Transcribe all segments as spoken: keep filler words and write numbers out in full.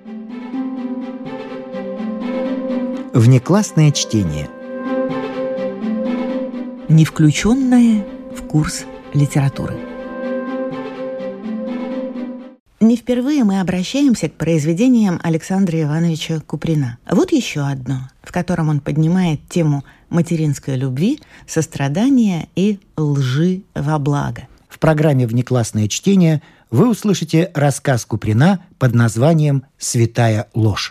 Внеклассное чтение. Не включенное в курс литературы. Не впервые мы обращаемся к произведениям Александра Ивановича Куприна. Вот еще одно, в котором он поднимает тему материнской любви, сострадания и лжи во благо. В программе «Внеклассное чтение» вы услышите рассказ Куприна под названием «Святая ложь».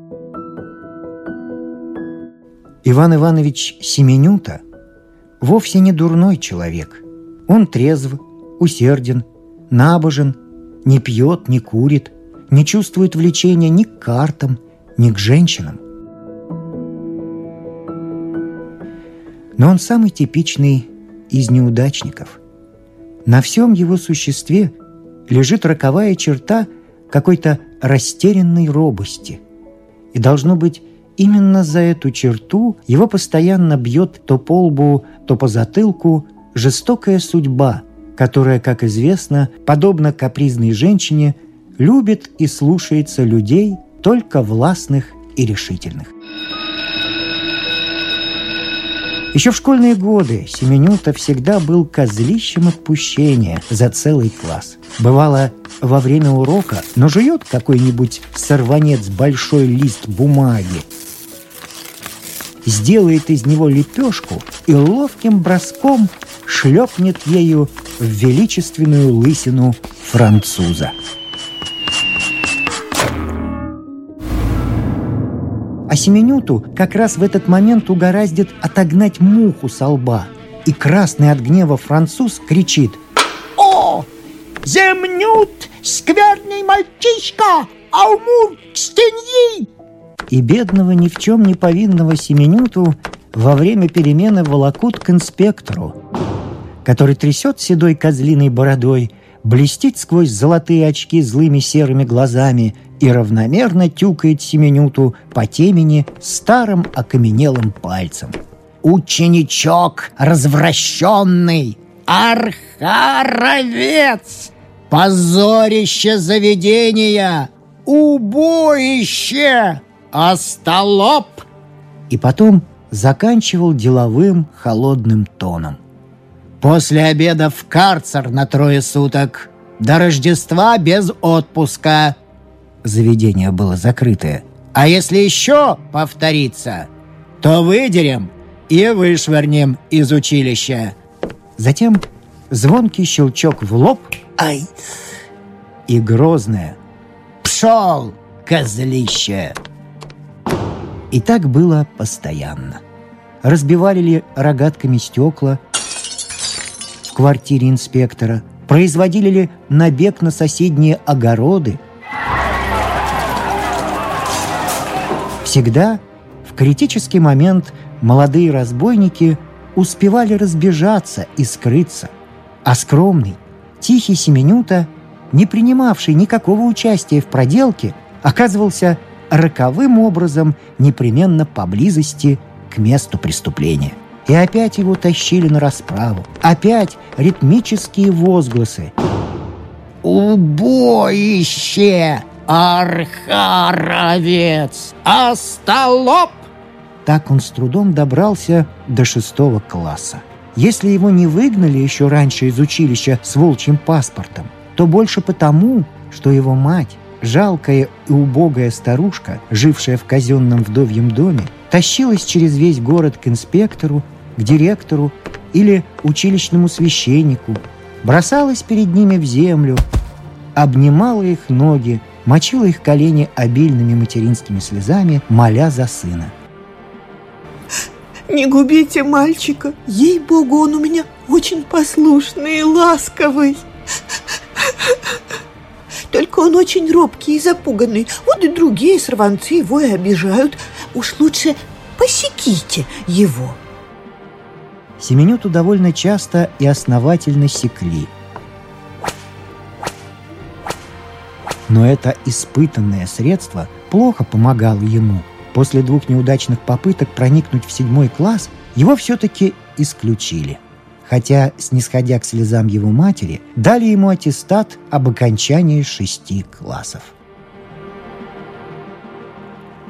Иван Иванович Семенюта вовсе не дурной человек. Он трезв, усерден, набожен, не пьет, не курит, не чувствует влечения ни к картам, ни к женщинам. Но он самый типичный из неудачников. На всем его существе лежит роковая черта какой-то растерянной робости. И, должно быть, именно за эту черту его постоянно бьет то по лбу, то по затылку жестокая судьба, которая, как известно, подобно капризной женщине, любит и слушается людей только властных и решительных. Еще в школьные годы Семенюта всегда был козлищем отпущения за целый класс. Бывало, во время урока, но жует какой-нибудь сорванец большой лист бумаги, сделает из него лепешку и ловким броском шлепнет ею в величественную лысину француза. А Семенюту как раз в этот момент угораздит отогнать муху со лба. И красный от гнева француз кричит: «О, Земнют, скверный мальчишка, аумур к стеньи!» И бедного ни в чем не повинного Семенюту во время перемены волокут к инспектору, который трясет седой козлиной бородой, блестит сквозь золотые очки злыми серыми глазами и равномерно тюкает Семенюту по темени старым окаменелым пальцем. «Ученичок развращенный! Архаровец! Позорище заведения! Убоище! Остолоп!» И потом заканчивал деловым холодным тоном: «После обеда в карцер на трое суток, до Рождества без отпуска». Заведение было закрытое. «А если еще повторится, то выдерем и вышвырнем из училища». Затем звонкий щелчок в лоб. «Ай!» И грозное: «Пшел, козлище!» И так было постоянно. Разбивали ли рогатками стекла в квартире инспектора, производили ли набег на соседние огороды. Всегда в критический момент молодые разбойники успевали разбежаться и скрыться, а скромный, тихий Семенюта, не принимавший никакого участия в проделке, оказывался роковым образом непременно поблизости к месту преступления. И опять его тащили на расправу. Опять ритмические возгласы: «Убоище! Архаровец! Остолоп!» Так он с трудом добрался до шестого класса. Если его не выгнали еще раньше из училища с волчьим паспортом, то больше потому, что его мать, жалкая и убогая старушка, жившая в казенном вдовьем доме, тащилась через весь город к инспектору, к директору или училищному священнику, бросалась перед ними в землю, обнимала их ноги, мочила их колени обильными материнскими слезами, моля за сына. «Не губите мальчика, ей-богу, он у меня очень послушный и ласковый. Только он очень робкий и запуганный. Вот и другие сорванцы его и обижают. Уж лучше посеките его». Семенюту довольно часто и основательно секли. Но это испытанное средство плохо помогало ему. После двух неудачных попыток проникнуть в седьмой класс его все-таки исключили. Хотя, снисходя к слезам его матери, дали ему аттестат об окончании шести классов.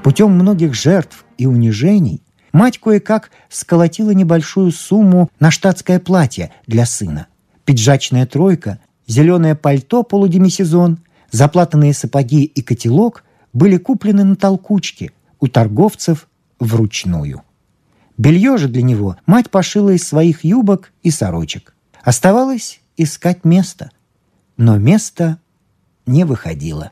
Путем многих жертв и унижений мать кое-как сколотила небольшую сумму на штатское платье для сына. Пиджачная тройка, зеленое пальто полудемисезон, заплатанные сапоги и котелок были куплены на толкучке у торговцев вручную. Белье же для него мать пошила из своих юбок и сорочек. Оставалось искать место, но место не выходило.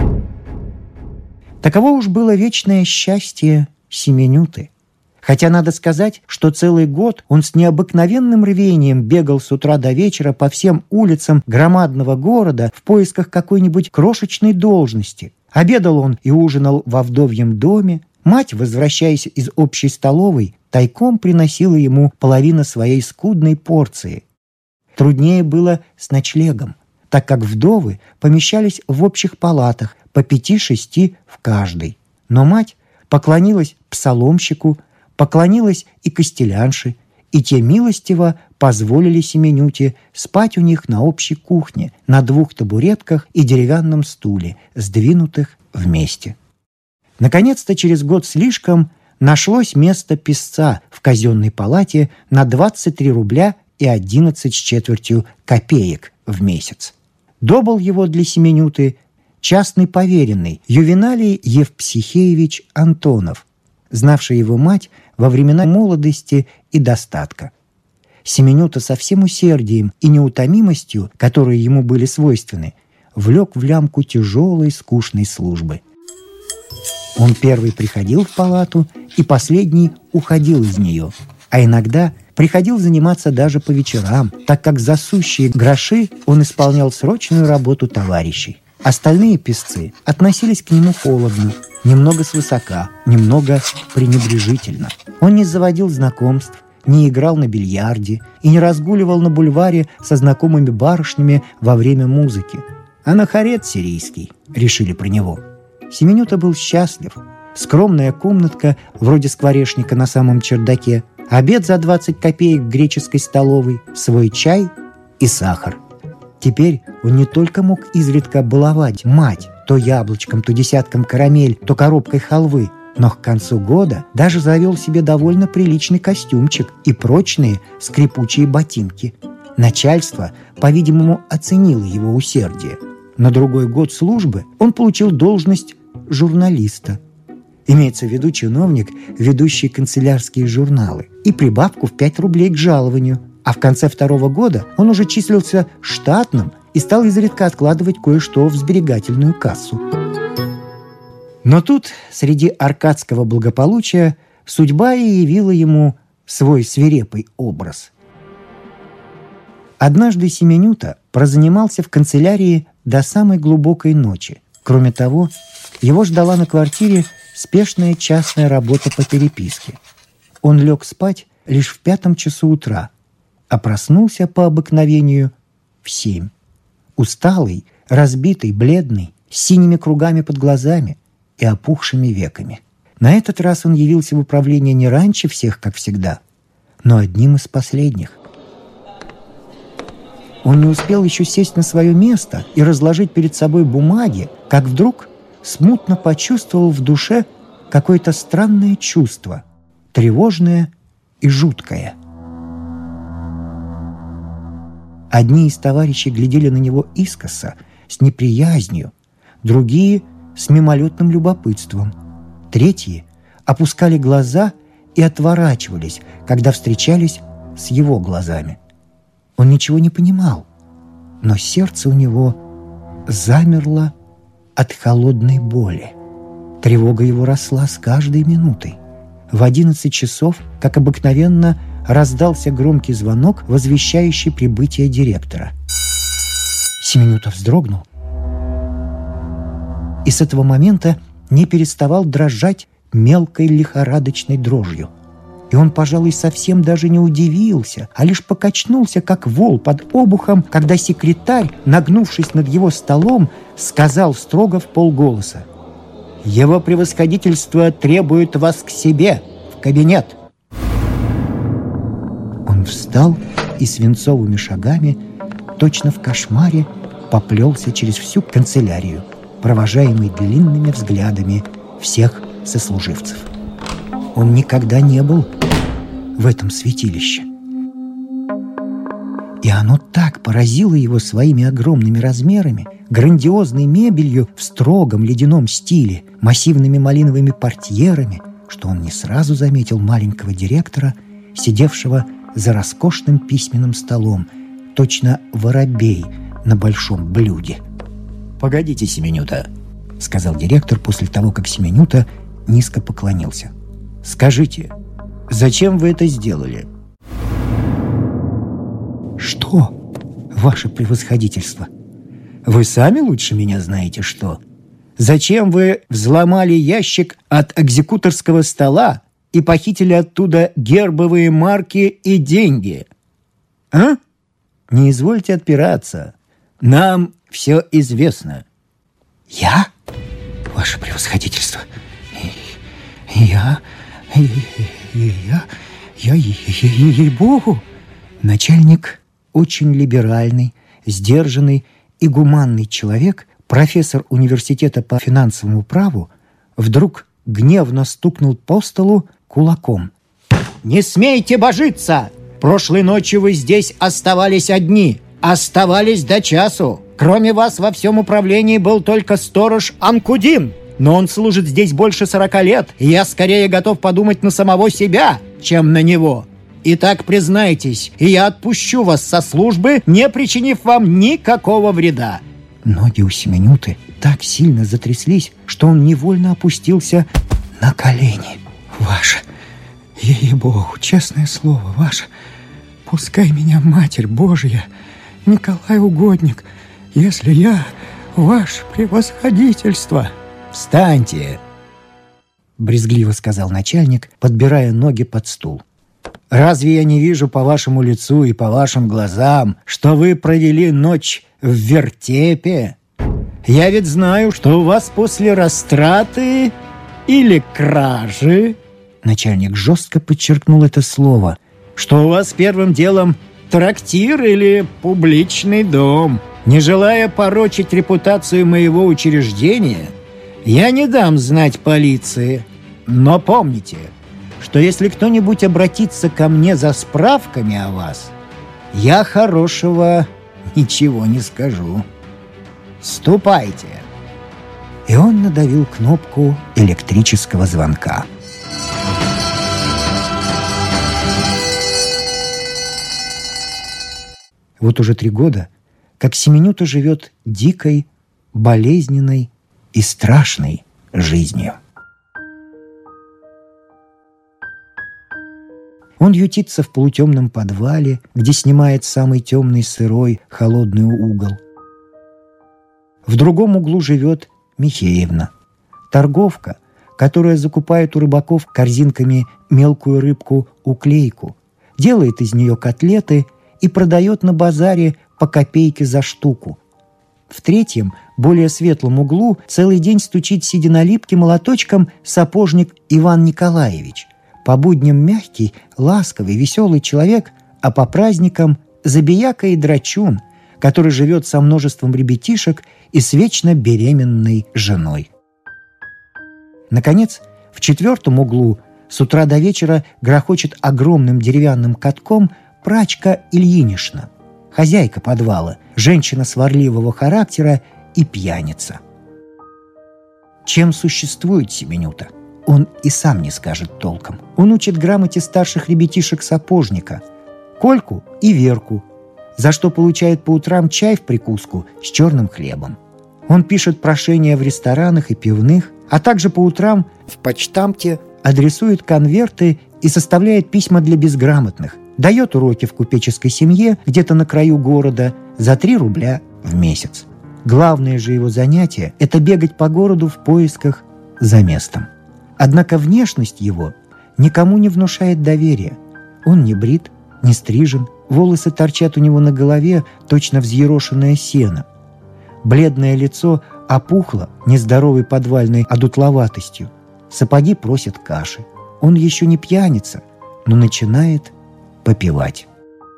Таково уж было вечное счастье Семенюты. Хотя надо сказать, что целый год он с необыкновенным рвением бегал с утра до вечера по всем улицам громадного города в поисках какой-нибудь крошечной должности. Обедал он и ужинал во вдовьем доме. Мать, возвращаясь из общей столовой, тайком приносила ему половину своей скудной порции. Труднее было с ночлегом, так как вдовы помещались в общих палатах по пяти-шести в каждой. Но мать поклонилась псаломщику, поклонилась и костелянше, и те милостиво позволили Семенюте спать у них на общей кухне, на двух табуретках и деревянном стуле, сдвинутых вместе. Наконец-то через год слишком нашлось место писца в казенной палате на двадцать три рубля и одиннадцать с четвертью копеек в месяц. Добыл его для Семенюты частный поверенный Ювеналий Евпсихеевич Антонов, знавший его мать во времена молодости и достатка. Семенюта со всем усердием и неутомимостью, которые ему были свойственны, влек в лямку тяжелой скучной службы. Он первый приходил в палату и последний уходил из нее, а иногда приходил заниматься даже по вечерам, так как за сущие гроши он исполнял срочную работу товарищей. Остальные писцы относились к нему холодно, немного свысока, немного пренебрежительно. Он не заводил знакомств, не играл на бильярде и не разгуливал на бульваре со знакомыми барышнями во время музыки. Анахарет сирийский, решили про него. Семенюта был счастлив. Скромная комнатка, вроде скворечника на самом чердаке, обед за двадцать копеек в греческой столовой, свой чай и сахар. Теперь он не только мог изредка баловать мать то яблочком, то десятком карамель, то коробкой халвы, но к концу года даже завел себе довольно приличный костюмчик и прочные скрипучие ботинки. Начальство, по-видимому, оценило его усердие. На другой год службы он получил должность журналиста. Имеется в виду чиновник, ведущий канцелярские журналы, и прибавку в пять рублей к жалованию. А в конце второго года он уже числился штатным и стал изредка откладывать кое-что в сберегательную кассу. Но тут, среди аркадского благополучия, судьба и явила ему свой свирепый образ. Однажды Семенюта прозанимался в канцелярии до самой глубокой ночи. Кроме того, его ждала на квартире спешная частная работа по переписке. Он лег спать лишь в пятом часу утра, а проснулся по обыкновению в семь. Усталый, разбитый, бледный, с синими кругами под глазами и опухшими веками. На этот раз он явился в управление не раньше всех, как всегда, но одним из последних. Он не успел еще сесть на свое место и разложить перед собой бумаги, как вдруг смутно почувствовал в душе какое-то странное чувство, тревожное и жуткое. Одни из товарищей глядели на него искоса, с неприязнью, другие — с мимолетным любопытством, третьи опускали глаза и отворачивались, когда встречались с его глазами. Он ничего не понимал, но сердце у него замерло от холодной боли. Тревога его росла с каждой минутой. В одиннадцать часов, как обыкновенно, раздался громкий звонок, возвещающий прибытие директора. Семенюта вздрогнул и с этого момента не переставал дрожать мелкой лихорадочной дрожью. И он, пожалуй, совсем даже не удивился, а лишь покачнулся, как вол под обухом, когда секретарь, нагнувшись над его столом, сказал строго в полголоса: «Его превосходительство требует вас к себе, в кабинет». Он встал и свинцовыми шагами, точно в кошмаре, поплелся через всю канцелярию, провожаемый длинными взглядами всех сослуживцев. Он никогда не был в этом святилище. И оно так поразило его своими огромными размерами, грандиозной мебелью в строгом ледяном стиле, массивными малиновыми портьерами, что он не сразу заметил маленького директора, сидевшего за роскошным письменным столом, точно воробей на большом блюде. «Погодите, Семенюта», — сказал директор после того, как Семенюта низко поклонился. «Скажите, зачем вы это сделали?» «Что, ваше превосходительство? Вы сами лучше меня знаете, что. Зачем вы взломали ящик от экзекуторского стола и похитили оттуда гербовые марки и деньги? А? Не извольте отпираться. Нам все известно». «Я? Ваше превосходительство? Я? Я? Я? Ей-богу!» Начальник, очень либеральный, сдержанный и гуманный человек, профессор университета по финансовому праву, вдруг гневно стукнул по столу кулаком. «Не смейте божиться! Прошлой ночью вы здесь оставались одни. Оставались до часу. Кроме вас во всем управлении был только сторож Анкудин. Но он служит здесь больше сорока лет, и я скорее готов подумать на самого себя, чем на него. Итак, признайтесь, и я отпущу вас со службы, не причинив вам никакого вреда». Ноги у Семенюты так сильно затряслись, что он невольно опустился на колени. «Ваше, ей-богу, честное слово, ваше, пускай меня Матерь Божия, Николай Угодник, если я ваше превосходительство». «Встаньте!» — брезгливо сказал начальник, подбирая ноги под стул. «Разве я не вижу по вашему лицу и по вашим глазам, что вы провели ночь в вертепе? Я ведь знаю, что у вас после растраты или кражи...» Начальник жестко подчеркнул это слово. «Что у вас первым делом трактир или публичный дом. Не желая порочить репутацию моего учреждения, я не дам знать полиции. Но помните, что если кто-нибудь обратится ко мне за справками о вас, я хорошего ничего не скажу. Ступайте». И он надавил кнопку электрического звонка. Вот уже три года, как Семенюта живет дикой, болезненной и страшной жизнью. Он ютится в полутемном подвале, где снимает самый темный, сырой, холодный угол. В другом углу живет Михеевна, торговка, которая закупает у рыбаков корзинками мелкую рыбку-уклейку, делает из нее котлеты и продает на базаре по копейке за штуку. В третьем, более светлом углу целый день стучит, сидя на липке, молоточком сапожник Иван Николаевич. По будням мягкий, ласковый, веселый человек, а по праздникам забияка и драчун, который живет со множеством ребятишек и с вечно беременной женой. Наконец, в четвертом углу с утра до вечера грохочет огромным деревянным катком прачка Ильинишна, хозяйка подвала, женщина сварливого характера и пьяница. Чем существует Семенюта, он и сам не скажет толком. Он учит грамоте старших ребятишек сапожника, Кольку и Верку, за что получает по утрам чай в прикуску с черным хлебом. Он пишет прошения в ресторанах и пивных, а также по утрам в почтамте адресует конверты и составляет письма для безграмотных, дает уроки в купеческой семье где-то на краю города за три рубля в месяц. Главное же его занятие – это бегать по городу в поисках за местом. Однако внешность его никому не внушает доверия. Он не брит, не стрижен, волосы торчат у него на голове, точно взъерошенное сено. Бледное лицо опухло нездоровой подвальной одутловатостью. Сапоги просят каши. Он еще не пьяница, но начинает попивать.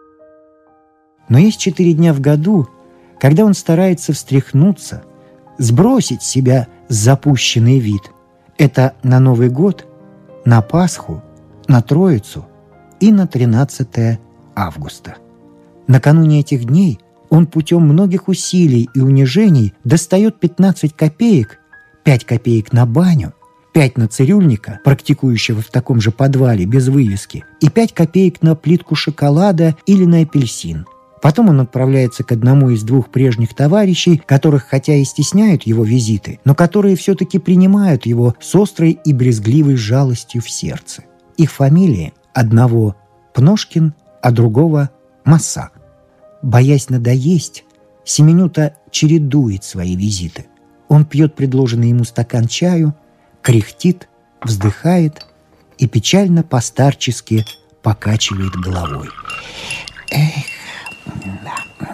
Но есть четыре дня в году, когда он старается встряхнуться, сбросить с себя запущенный вид. Это на Новый год, на Пасху, на Троицу и на тринадцатое августа. Накануне этих дней он путем многих усилий и унижений достает пятнадцать копеек, пять копеек на баню, пять на цирюльника, практикующего в таком же подвале без вывески, и пять копеек на плитку шоколада или на апельсин. Потом он отправляется к одному из двух прежних товарищей, которых хотя и стесняют его визиты, но которые все-таки принимают его с острой и брезгливой жалостью в сердце. Их фамилии одного Пношкин, а другого Масса. Боясь надоесть, Семенюта чередует свои визиты. Он пьет предложенный ему стакан чаю, кряхтит, вздыхает и печально постарчески покачивает головой. Эх, да.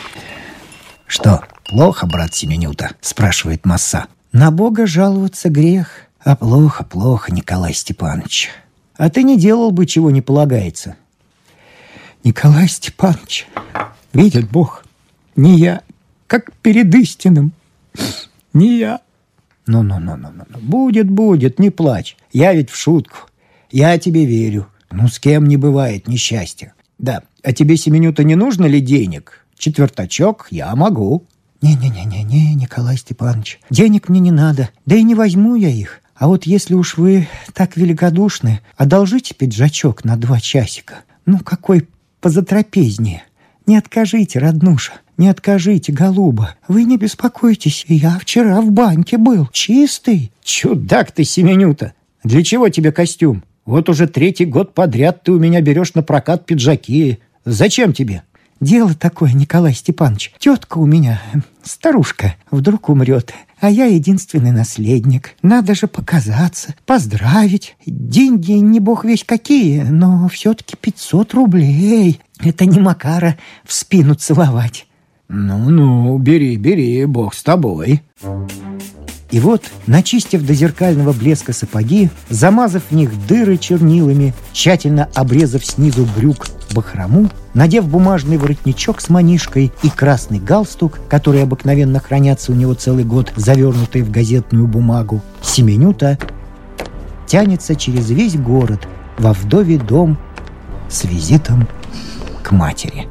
«Что, плохо, брат Семенюта?» – спрашивает Масса. «На Бога жаловаться грех, а плохо, плохо, Николай Степанович. А ты не делал бы, чего не полагается». «Николай Степанович, видит Бог, не я, как перед истинным, не я». «Ну-ну-ну-ну-ну, будет, будет, не плачь. Я ведь в шутку. Я тебе верю. Ну, с кем не бывает несчастья. Да, а тебе, Семенюта, не нужно ли денег? Четвертачок я могу». «Не-не-не-не, Николай Степанович, денег мне не надо, да и не возьму я их. А вот если уж вы так великодушны, одолжите пиджачок на два часика. Ну, какой позатрапезнее. Не откажите, роднуша, не откажите, голуба. Вы не беспокойтесь, я вчера в баньке был, чистый». «Чудак ты, Семенюта! Для чего тебе костюм? Вот уже третий год подряд ты у меня берешь на прокат пиджаки. Зачем тебе?» «Дело такое, Николай Степанович. Тетка у меня, старушка, вдруг умрет, а я единственный наследник. Надо же показаться, поздравить. Деньги не бог весть какие, но все-таки пятьсот рублей. Это не Макара в спину целовать». «Ну-ну, бери, бери, бог с тобой». И вот, начистив до зеркального блеска сапоги, замазав в них дыры чернилами, тщательно обрезав снизу брюк бахрому, надев бумажный воротничок с манишкой и красный галстук, которые обыкновенно хранятся у него целый год, завернутые в газетную бумагу, Семенюта тянется через весь город во вдовий дом с визитом к матери.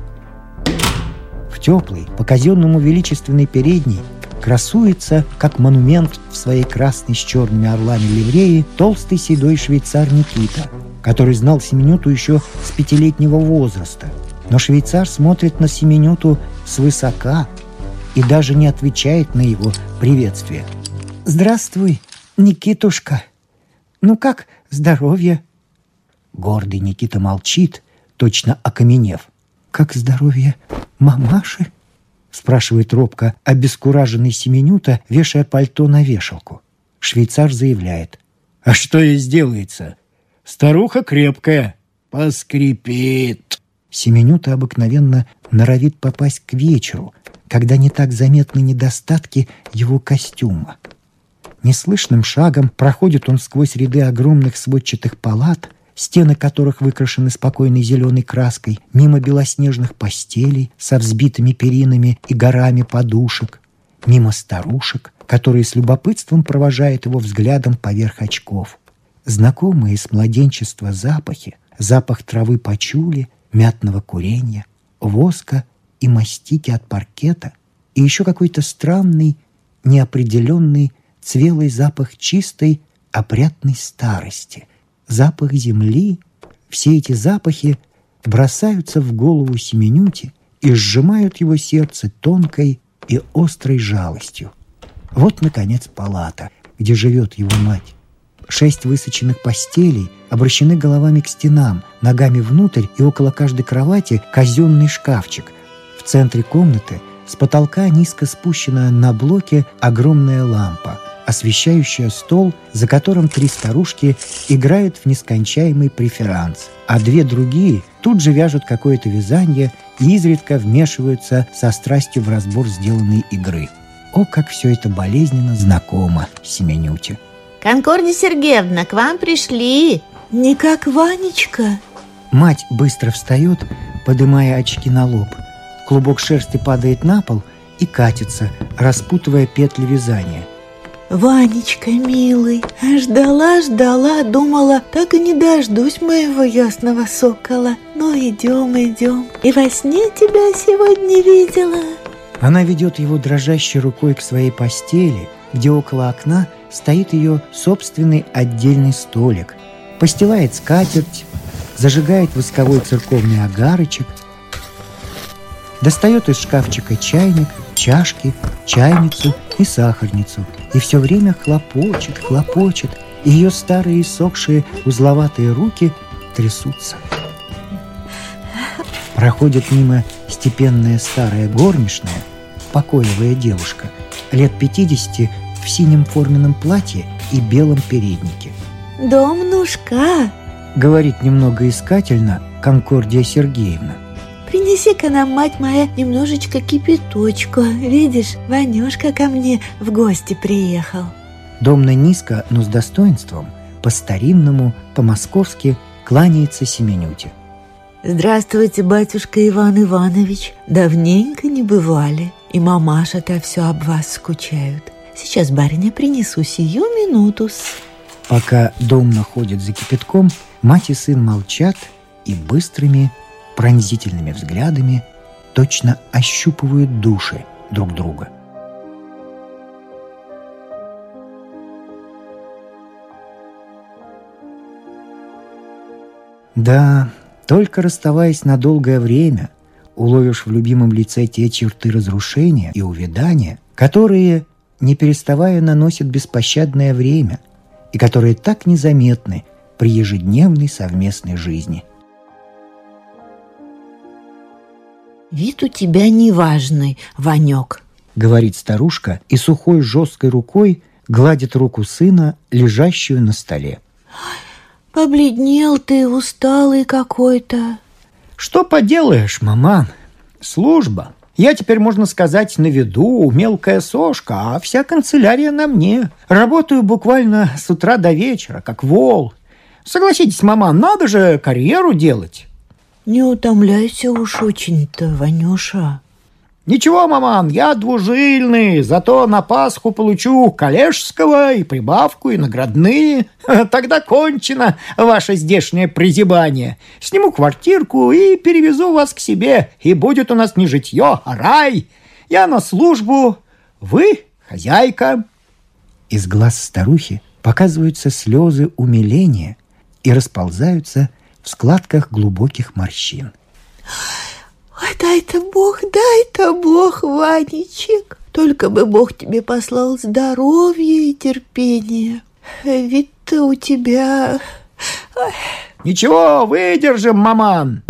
В теплой, по-казенному величественной передней красуется, как монумент в своей красной с черными орлами ливреи, толстый седой швейцар Никита, который знал Семенюту еще с пятилетнего возраста. Но швейцар смотрит на Семенюту свысока и даже не отвечает на его приветствие. «Здравствуй, Никитушка. Ну как здоровье?» Гордый Никита молчит, точно окаменев. «Как здоровье мамаши?» — спрашивает робко обескураженный Семенюта, вешая пальто на вешалку. Швейцар заявляет: «А что ей сделается? Старуха крепкая, поскрипит». Семенюта обыкновенно норовит попасть к вечеру, когда не так заметны недостатки его костюма. Неслышным шагом проходит он сквозь ряды огромных сводчатых палат, стены которых выкрашены спокойной зеленой краской, мимо белоснежных постелей со взбитыми перинами и горами подушек, мимо старушек, которые с любопытством провожают его взглядом поверх очков. Знакомые с младенчества запахи, запах травы пачули, мятного курения, воска и мастики от паркета, и еще какой-то странный, неопределенный, цвелый запах чистой, опрятной старости, запах земли. Все эти запахи бросаются в голову Семенюте и сжимают его сердце тонкой и острой жалостью. Вот, наконец, палата, где живет его мать. Шесть высоченных постелей обращены головами к стенам, ногами внутрь, и около каждой кровати казенный шкафчик. В центре комнаты с потолка низко спущенная на блоке огромная лампа, освещающая стол, за которым три старушки играют в нескончаемый преферанс, а две другие тут же вяжут какое-то вязание и изредка вмешиваются со страстью в разбор сделанной игры. О, как все это болезненно знакомо Семенюте! «Конкордия Сергеевна, к вам пришли!» «Не как Ванечка?» Мать быстро встает, подымая очки на лоб. Клубок шерсти падает на пол и катится, распутывая петли вязания. Ванечка, милый, ждала, ждала, думала, так и не дождусь моего ясного сокола. Ну, идем, идем. И во сне тебя сегодня видела. Она ведет его дрожащей рукой к своей постели, где около окна стоит ее собственный отдельный столик, постилает скатерть, зажигает восковой церковный огарочек, достает из шкафчика чайник, чашки, чайницу и сахарницу, и все время хлопочет, хлопочет, и ее старые иссохшие узловатые руки трясутся. Проходит мимо степенная старая горничная, покойливая девушка, лет пятидесяти, в синем форменном платье и белом переднике. «Домнушка!» — говорит немного искательно Конкордия Сергеевна. «Принеси-ка нам, мать моя, немножечко кипяточку. Видишь, Ванюшка ко мне в гости приехал». Домна низко, но с достоинством, по-старинному, по-московски кланяется Семенюте. «Здравствуйте, батюшка Иван Иванович. Давненько не бывали, и мамаша-то все об вас скучают. Сейчас, барыня, принесу сию минуту-с». Пока Домна ходит за кипятком, мать и сын молчат и быстрыми, пронзительными взглядами точно ощупывают души друг друга. Да, только расставаясь на долгое время, уловишь в любимом лице те черты разрушения и увядания, которые, не переставая, наносят беспощадное время и которые так незаметны при ежедневной совместной жизни. «Вид у тебя неважный, Ванек», — говорит старушка и сухой жесткой рукой гладит руку сына, лежащую на столе. «Побледнел ты, усталый какой-то». «Что поделаешь, маман? Служба. Я теперь, можно сказать, на виду, мелкая сошка, а вся канцелярия на мне. Работаю буквально с утра до вечера, как вол. Согласитесь, маман, надо же карьеру делать». «Не утомляйся уж очень-то, Ванюша». «Ничего, маман, я двужильный, зато на Пасху получу коллежского и прибавку, и наградные. Тогда кончено ваше здешнее прозябание. Сниму квартирку и перевезу вас к себе, и будет у нас не житье, а рай. Я на службу, вы хозяйка». Из глаз старухи показываются слезы умиления и расползаются в складках глубоких морщин. «Ой, дай-то Бог, дай-то Бог, Ванечек! Только бы Бог тебе послал здоровье и терпение. Ведь-то у тебя...» Ой. «Ничего, выдержим, маман!»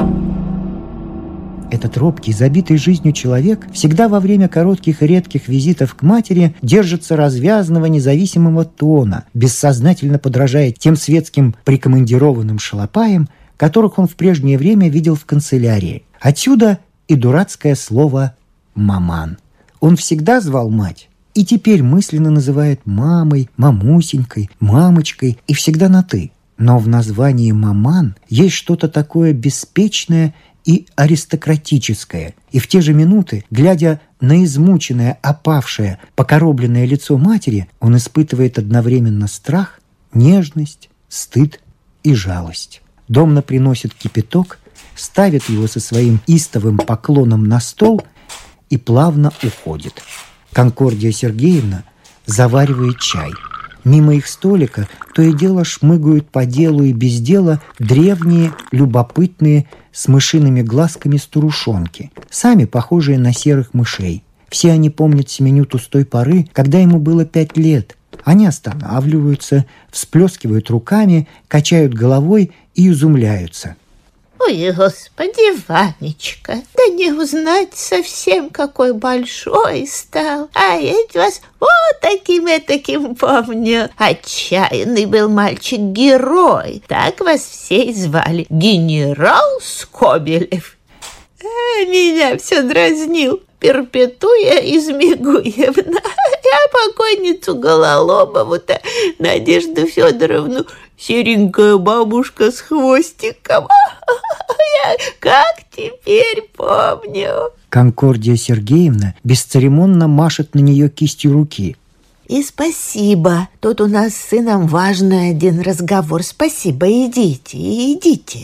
Этот робкий, забитый жизнью человек всегда во время коротких и редких визитов к матери держится развязного, независимого тона, бессознательно подражая тем светским прикомандированным шалопаям, которых он в прежнее время видел в канцелярии. Отсюда и дурацкое слово «маман». Он всегда звал мать, и теперь мысленно называет мамой, мамусенькой, мамочкой и всегда на «ты». Но в названии «маман» есть что-то такое беспечное и аристократическое, и в те же минуты, глядя на измученное, опавшее, покоробленное лицо матери, он испытывает одновременно страх, нежность, стыд и жалость. Домна приносит кипяток, ставит его со своим истовым поклоном на стол и плавно уходит. Конкордия Сергеевна заваривает чай. Мимо их столика то и дело шмыгают по делу и без дела древние, любопытные, с мышиными глазками старушонки, сами похожие на серых мышей. Все они помнят Семенюту с той поры, когда ему было пять лет. Они останавливаются, всплескивают руками, качают головой и изумляются. «Ой, господи, Ванечка, да не узнать совсем, какой большой стал. А я вас вот таким-этаким помню. Отчаянный был мальчик-герой. Так вас все и звали. Генерал Скобелев. А меня все дразнил Перпетуя Измегуевна. Я покойницу Гололобову-то, Надежду Федоровну, серенькая бабушка с хвостиком. Я как теперь помню. Конкордия Сергеевна бесцеремонно машет на нее кистью руки. И спасибо. Тут у нас с сыном важный один разговор. Спасибо, идите, идите.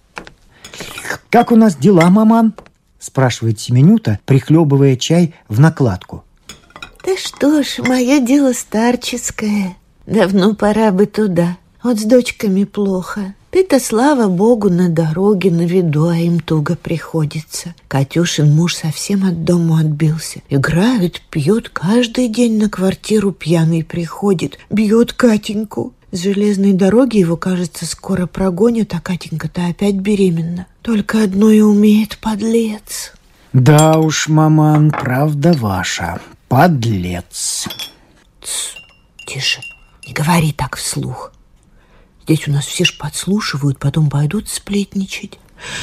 «Как у нас дела, маман?» – спрашивает Семенюта, прихлебывая чай в накладку. Да что ж, мое дело старческое. Давно пора бы туда. Вот с дочками плохо. Ты-то, слава богу, на дороге, на виду, а им туго приходится. Катюшин муж совсем от дому отбился. Играет, пьет, каждый день на квартиру пьяный приходит. Бьет Катеньку. С железной дороги его, кажется, скоро прогонят, а Катенька-то опять беременна. Только одно и умеет, подлец. Да уж, маман, правда ваша. Подлец. Тс, тише, не говори так вслух. Здесь у нас все ж подслушивают, потом пойдут сплетничать.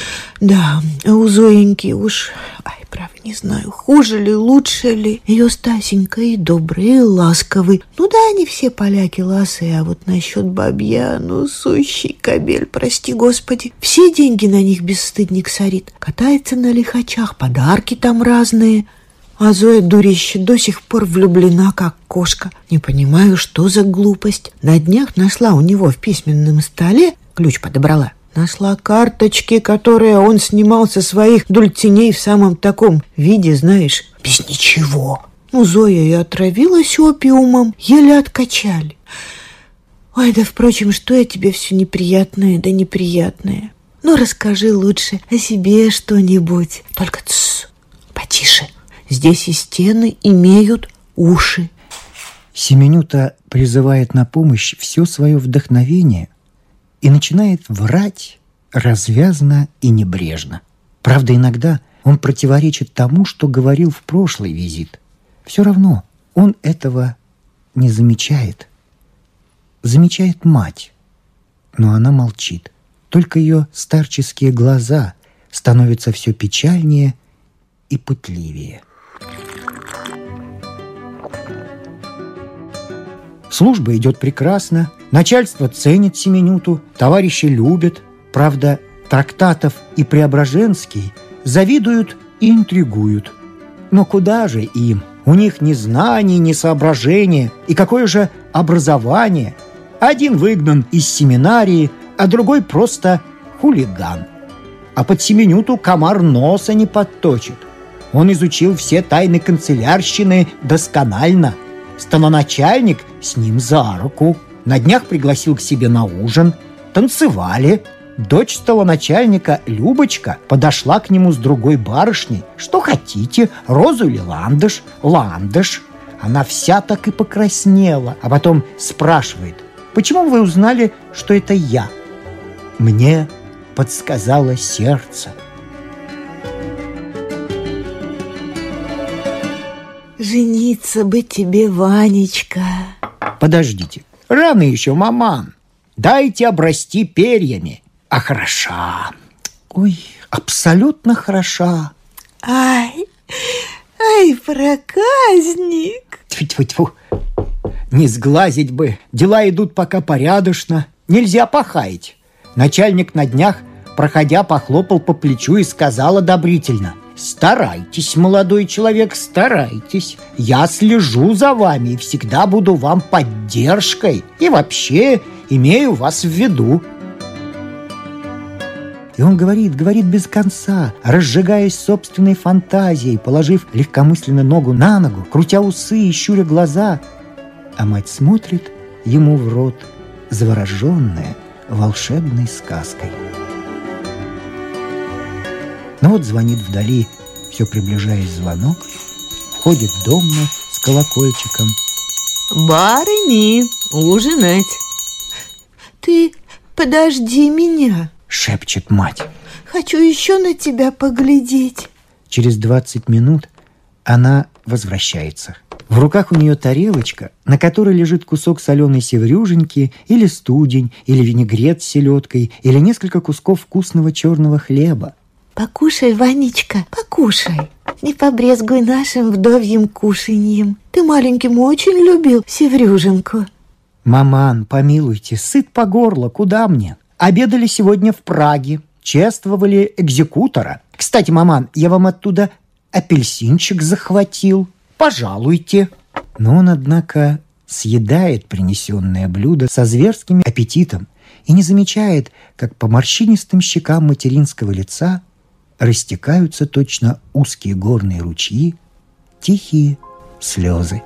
Да, у Зоеньки уж, ай, право, не знаю, хуже ли, лучше ли. Ее Стасенька и добрый, и ласковый. Ну да, они все поляки ласые, а вот насчет бабья, ну, сущий кобель, прости господи. Все деньги на них бесстыдник сорит. Катается на лихачах, подарки там разные. А Зоя, дурище, до сих пор влюблена, как кошка. Не понимаю, что за глупость. На днях нашла у него в письменном столе, ключ подобрала, нашла карточки, которые он снимал со своих дульциней в самом таком виде, знаешь, без ничего. Ну, Зоя и отравилась опиумом, еле откачали. Ой, да, впрочем, что я тебе все неприятное, да неприятное. Ну, расскажи лучше о себе что-нибудь. Только тссс, потише. Здесь и стены имеют уши. Семенюта призывает на помощь все свое вдохновение и начинает врать развязно и небрежно. Правда, иногда он противоречит тому, что говорил в прошлый визит. Все равно он этого не замечает. Замечает мать, но она молчит. Только ее старческие глаза становятся все печальнее и пытливее. Служба идет прекрасно, начальство ценит Семенюту, товарищи любят. Правда, Трактатов и Преображенский завидуют и интригуют. Но куда же им? У них ни знаний, ни соображения. И какое же образование? Один выгнан из семинарии, а другой просто хулиган. А под Семенюту комар носа не подточит. Он изучил все тайны канцелярщины досконально. Становначальник с ним за руку. На днях пригласил к себе на ужин. Танцевали. Дочь столоначальника, Любочка, подошла к нему с другой барышней. Что хотите, розу или ландыш? Ландыш. Она вся так и покраснела. А потом спрашивает: почему вы узнали, что это я? Мне подсказало сердце. Жениться бы тебе, Ванечка. Подождите, рано еще, маман. Дайте обрасти перьями. А хороша. Ой, абсолютно хороша. Ай, ай, проказник. Тьфу-тьфу-тьфу. Не сглазить бы. Дела идут пока порядочно. Нельзя похаять. Начальник на днях, проходя, похлопал по плечу и сказал одобрительно: старайтесь, молодой человек, старайтесь. Я слежу за вами и всегда буду вам поддержкой. И вообще имею вас в виду. И он говорит, говорит без конца, разжигаясь собственной фантазией, положив легкомысленно ногу на ногу, крутя усы и щуря глаза. А мать смотрит ему в рот, завороженная волшебной сказкой. Но вот звонит вдали, все приближаясь звонок, входит домна с колокольчиком. «Барыни, ужинать!» Ты подожди меня, шепчет мать. Хочу еще на тебя поглядеть. Через двадцать минут она возвращается. В руках у нее тарелочка, на которой лежит кусок соленой севрюженьки или студень, или винегрет с селедкой, или несколько кусков вкусного черного хлеба. Покушай, Ванечка, покушай. Не побрезгуй нашим вдовьим кушаньем. Ты маленьким очень любил севрюженку. Маман, помилуйте, сыт по горло, куда мне? Обедали сегодня в Праге, чествовали экзекутора. Кстати, маман, я вам оттуда апельсинчик захватил. Пожалуйте. Но он, однако, съедает принесенное блюдо со зверским аппетитом и не замечает, как по морщинистым щекам материнского лица растекаются точно узкие горные ручьи, тихие слезы.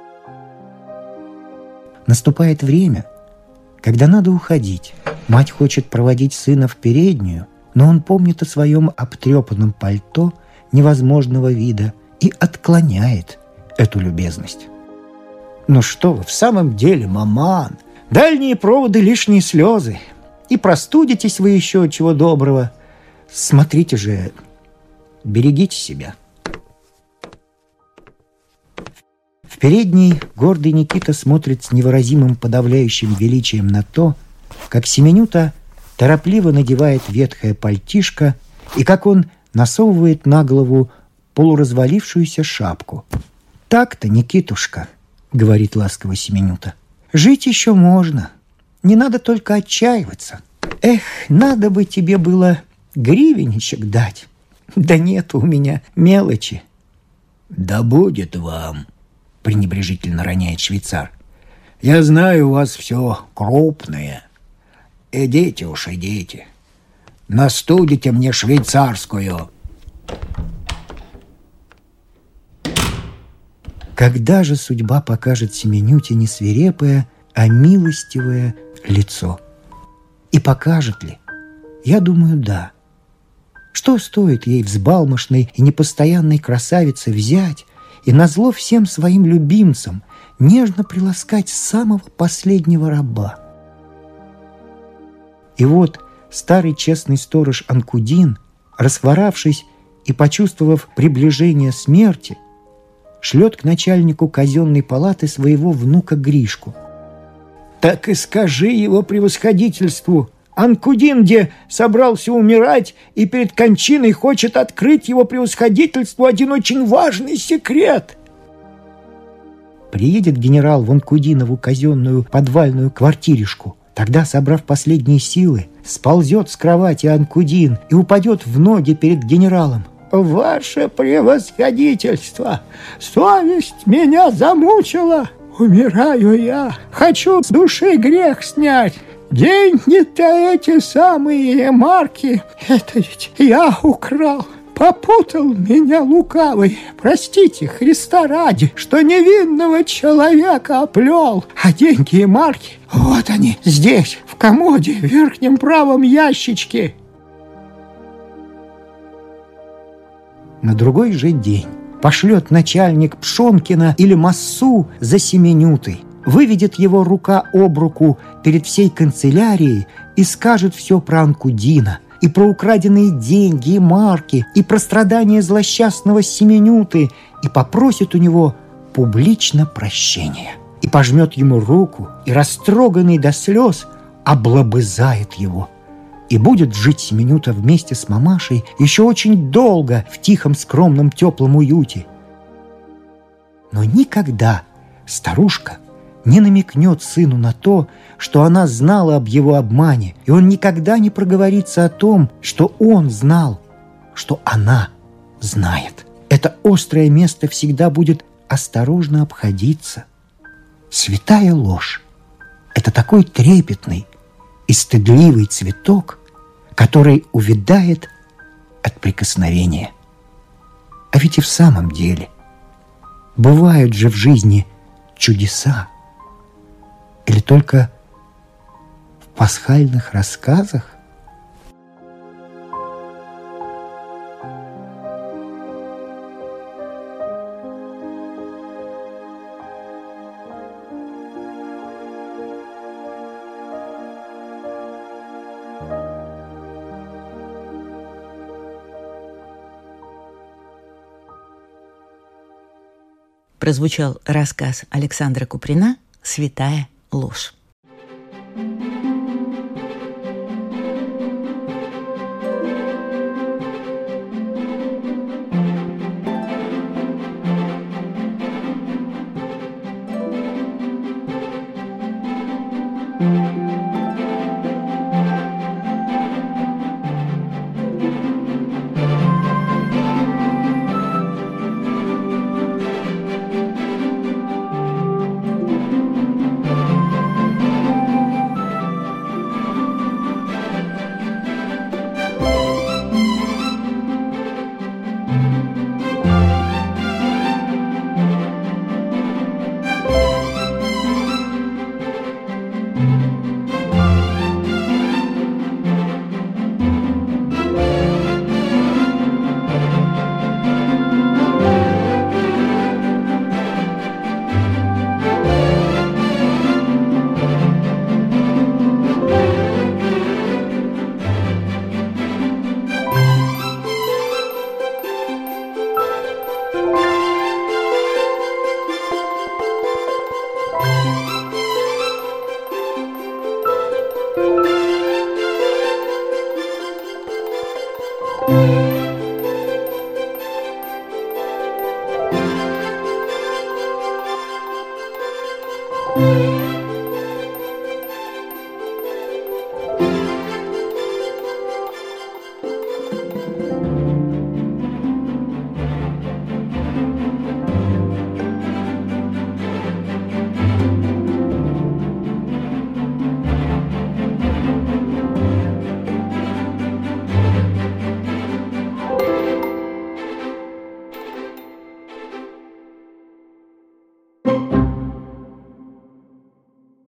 Наступает время, когда надо уходить. Мать хочет проводить сына в переднюю, но он помнит о своем обтрепанном пальто невозможного вида и отклоняет эту любезность. «Ну что вы, в самом деле, маман, дальние проводы — лишние слезы, и простудитесь вы еще чего доброго. Смотрите же, берегите себя». В передней гордый Никита смотрит с невыразимым подавляющим величием на то, как Семенюта торопливо надевает ветхое пальтишко и как он насовывает на голову полуразвалившуюся шапку. «Так-то, Никитушка», — говорит ласково Семенюта, — «жить еще можно, не надо только отчаиваться. Эх, надо бы тебе было гривенничек дать, да нет у меня мелочи». «Да будет вам», — пренебрежительно роняет швейцар. «Я знаю, у вас все крупное. Идите уж, идите. Настудите мне швейцарскую». Когда же судьба покажет Семенюте не свирепое, а милостивое лицо? И покажет ли? Я думаю, да. Что стоит ей взбалмошной и непостоянной красавице взять и назло всем своим любимцам нежно приласкать самого последнего раба? И вот старый честный сторож Анкудин, расхворавшись и почувствовав приближение смерти, шлет к начальнику казенной палаты своего внука Гришку. «Так и скажи его превосходительству, Анкудин, где собрался умирать и перед кончиной хочет открыть его превосходительству один очень важный секрет». Приедет генерал в Анкудинову казенную подвальную квартиришку. Тогда, собрав последние силы, сползет с кровати Анкудин и упадет в ноги перед генералом. «Ваше превосходительство, совесть меня замучила. Умираю я, хочу с души грех снять. Деньги-то эти самые марки, это ведь я украл. Попутал меня лукавый, простите, Христа ради, что невинного человека оплел. А деньги и марки, вот они, здесь, в комоде, в верхнем правом ящичке». На другой же день пошлет начальник Пшонкина или Массу за Семенютой, выведет его рука об руку перед всей канцелярией и скажет все про Анкудина, и про украденные деньги и марки, и про страдания злосчастного Семенюты, и попросит у него публично прощения, и пожмет ему руку, и, растроганный до слез, облобызает его. И будет жить Семенюта вместе с мамашей еще очень долго в тихом, скромном, теплом уюте. Но никогда старушка не намекнет сыну на то, что она знала об его обмане, и он никогда не проговорится о том, что он знал, что она знает. Это острое место всегда будет осторожно обходиться. Святая ложь — это такой трепетный и стыдливый цветок, который увядает от прикосновения. А ведь и в самом деле бывают же в жизни чудеса. Или только в пасхальных рассказах? Прозвучал рассказ Александра Куприна «Святая ложь». Thank you.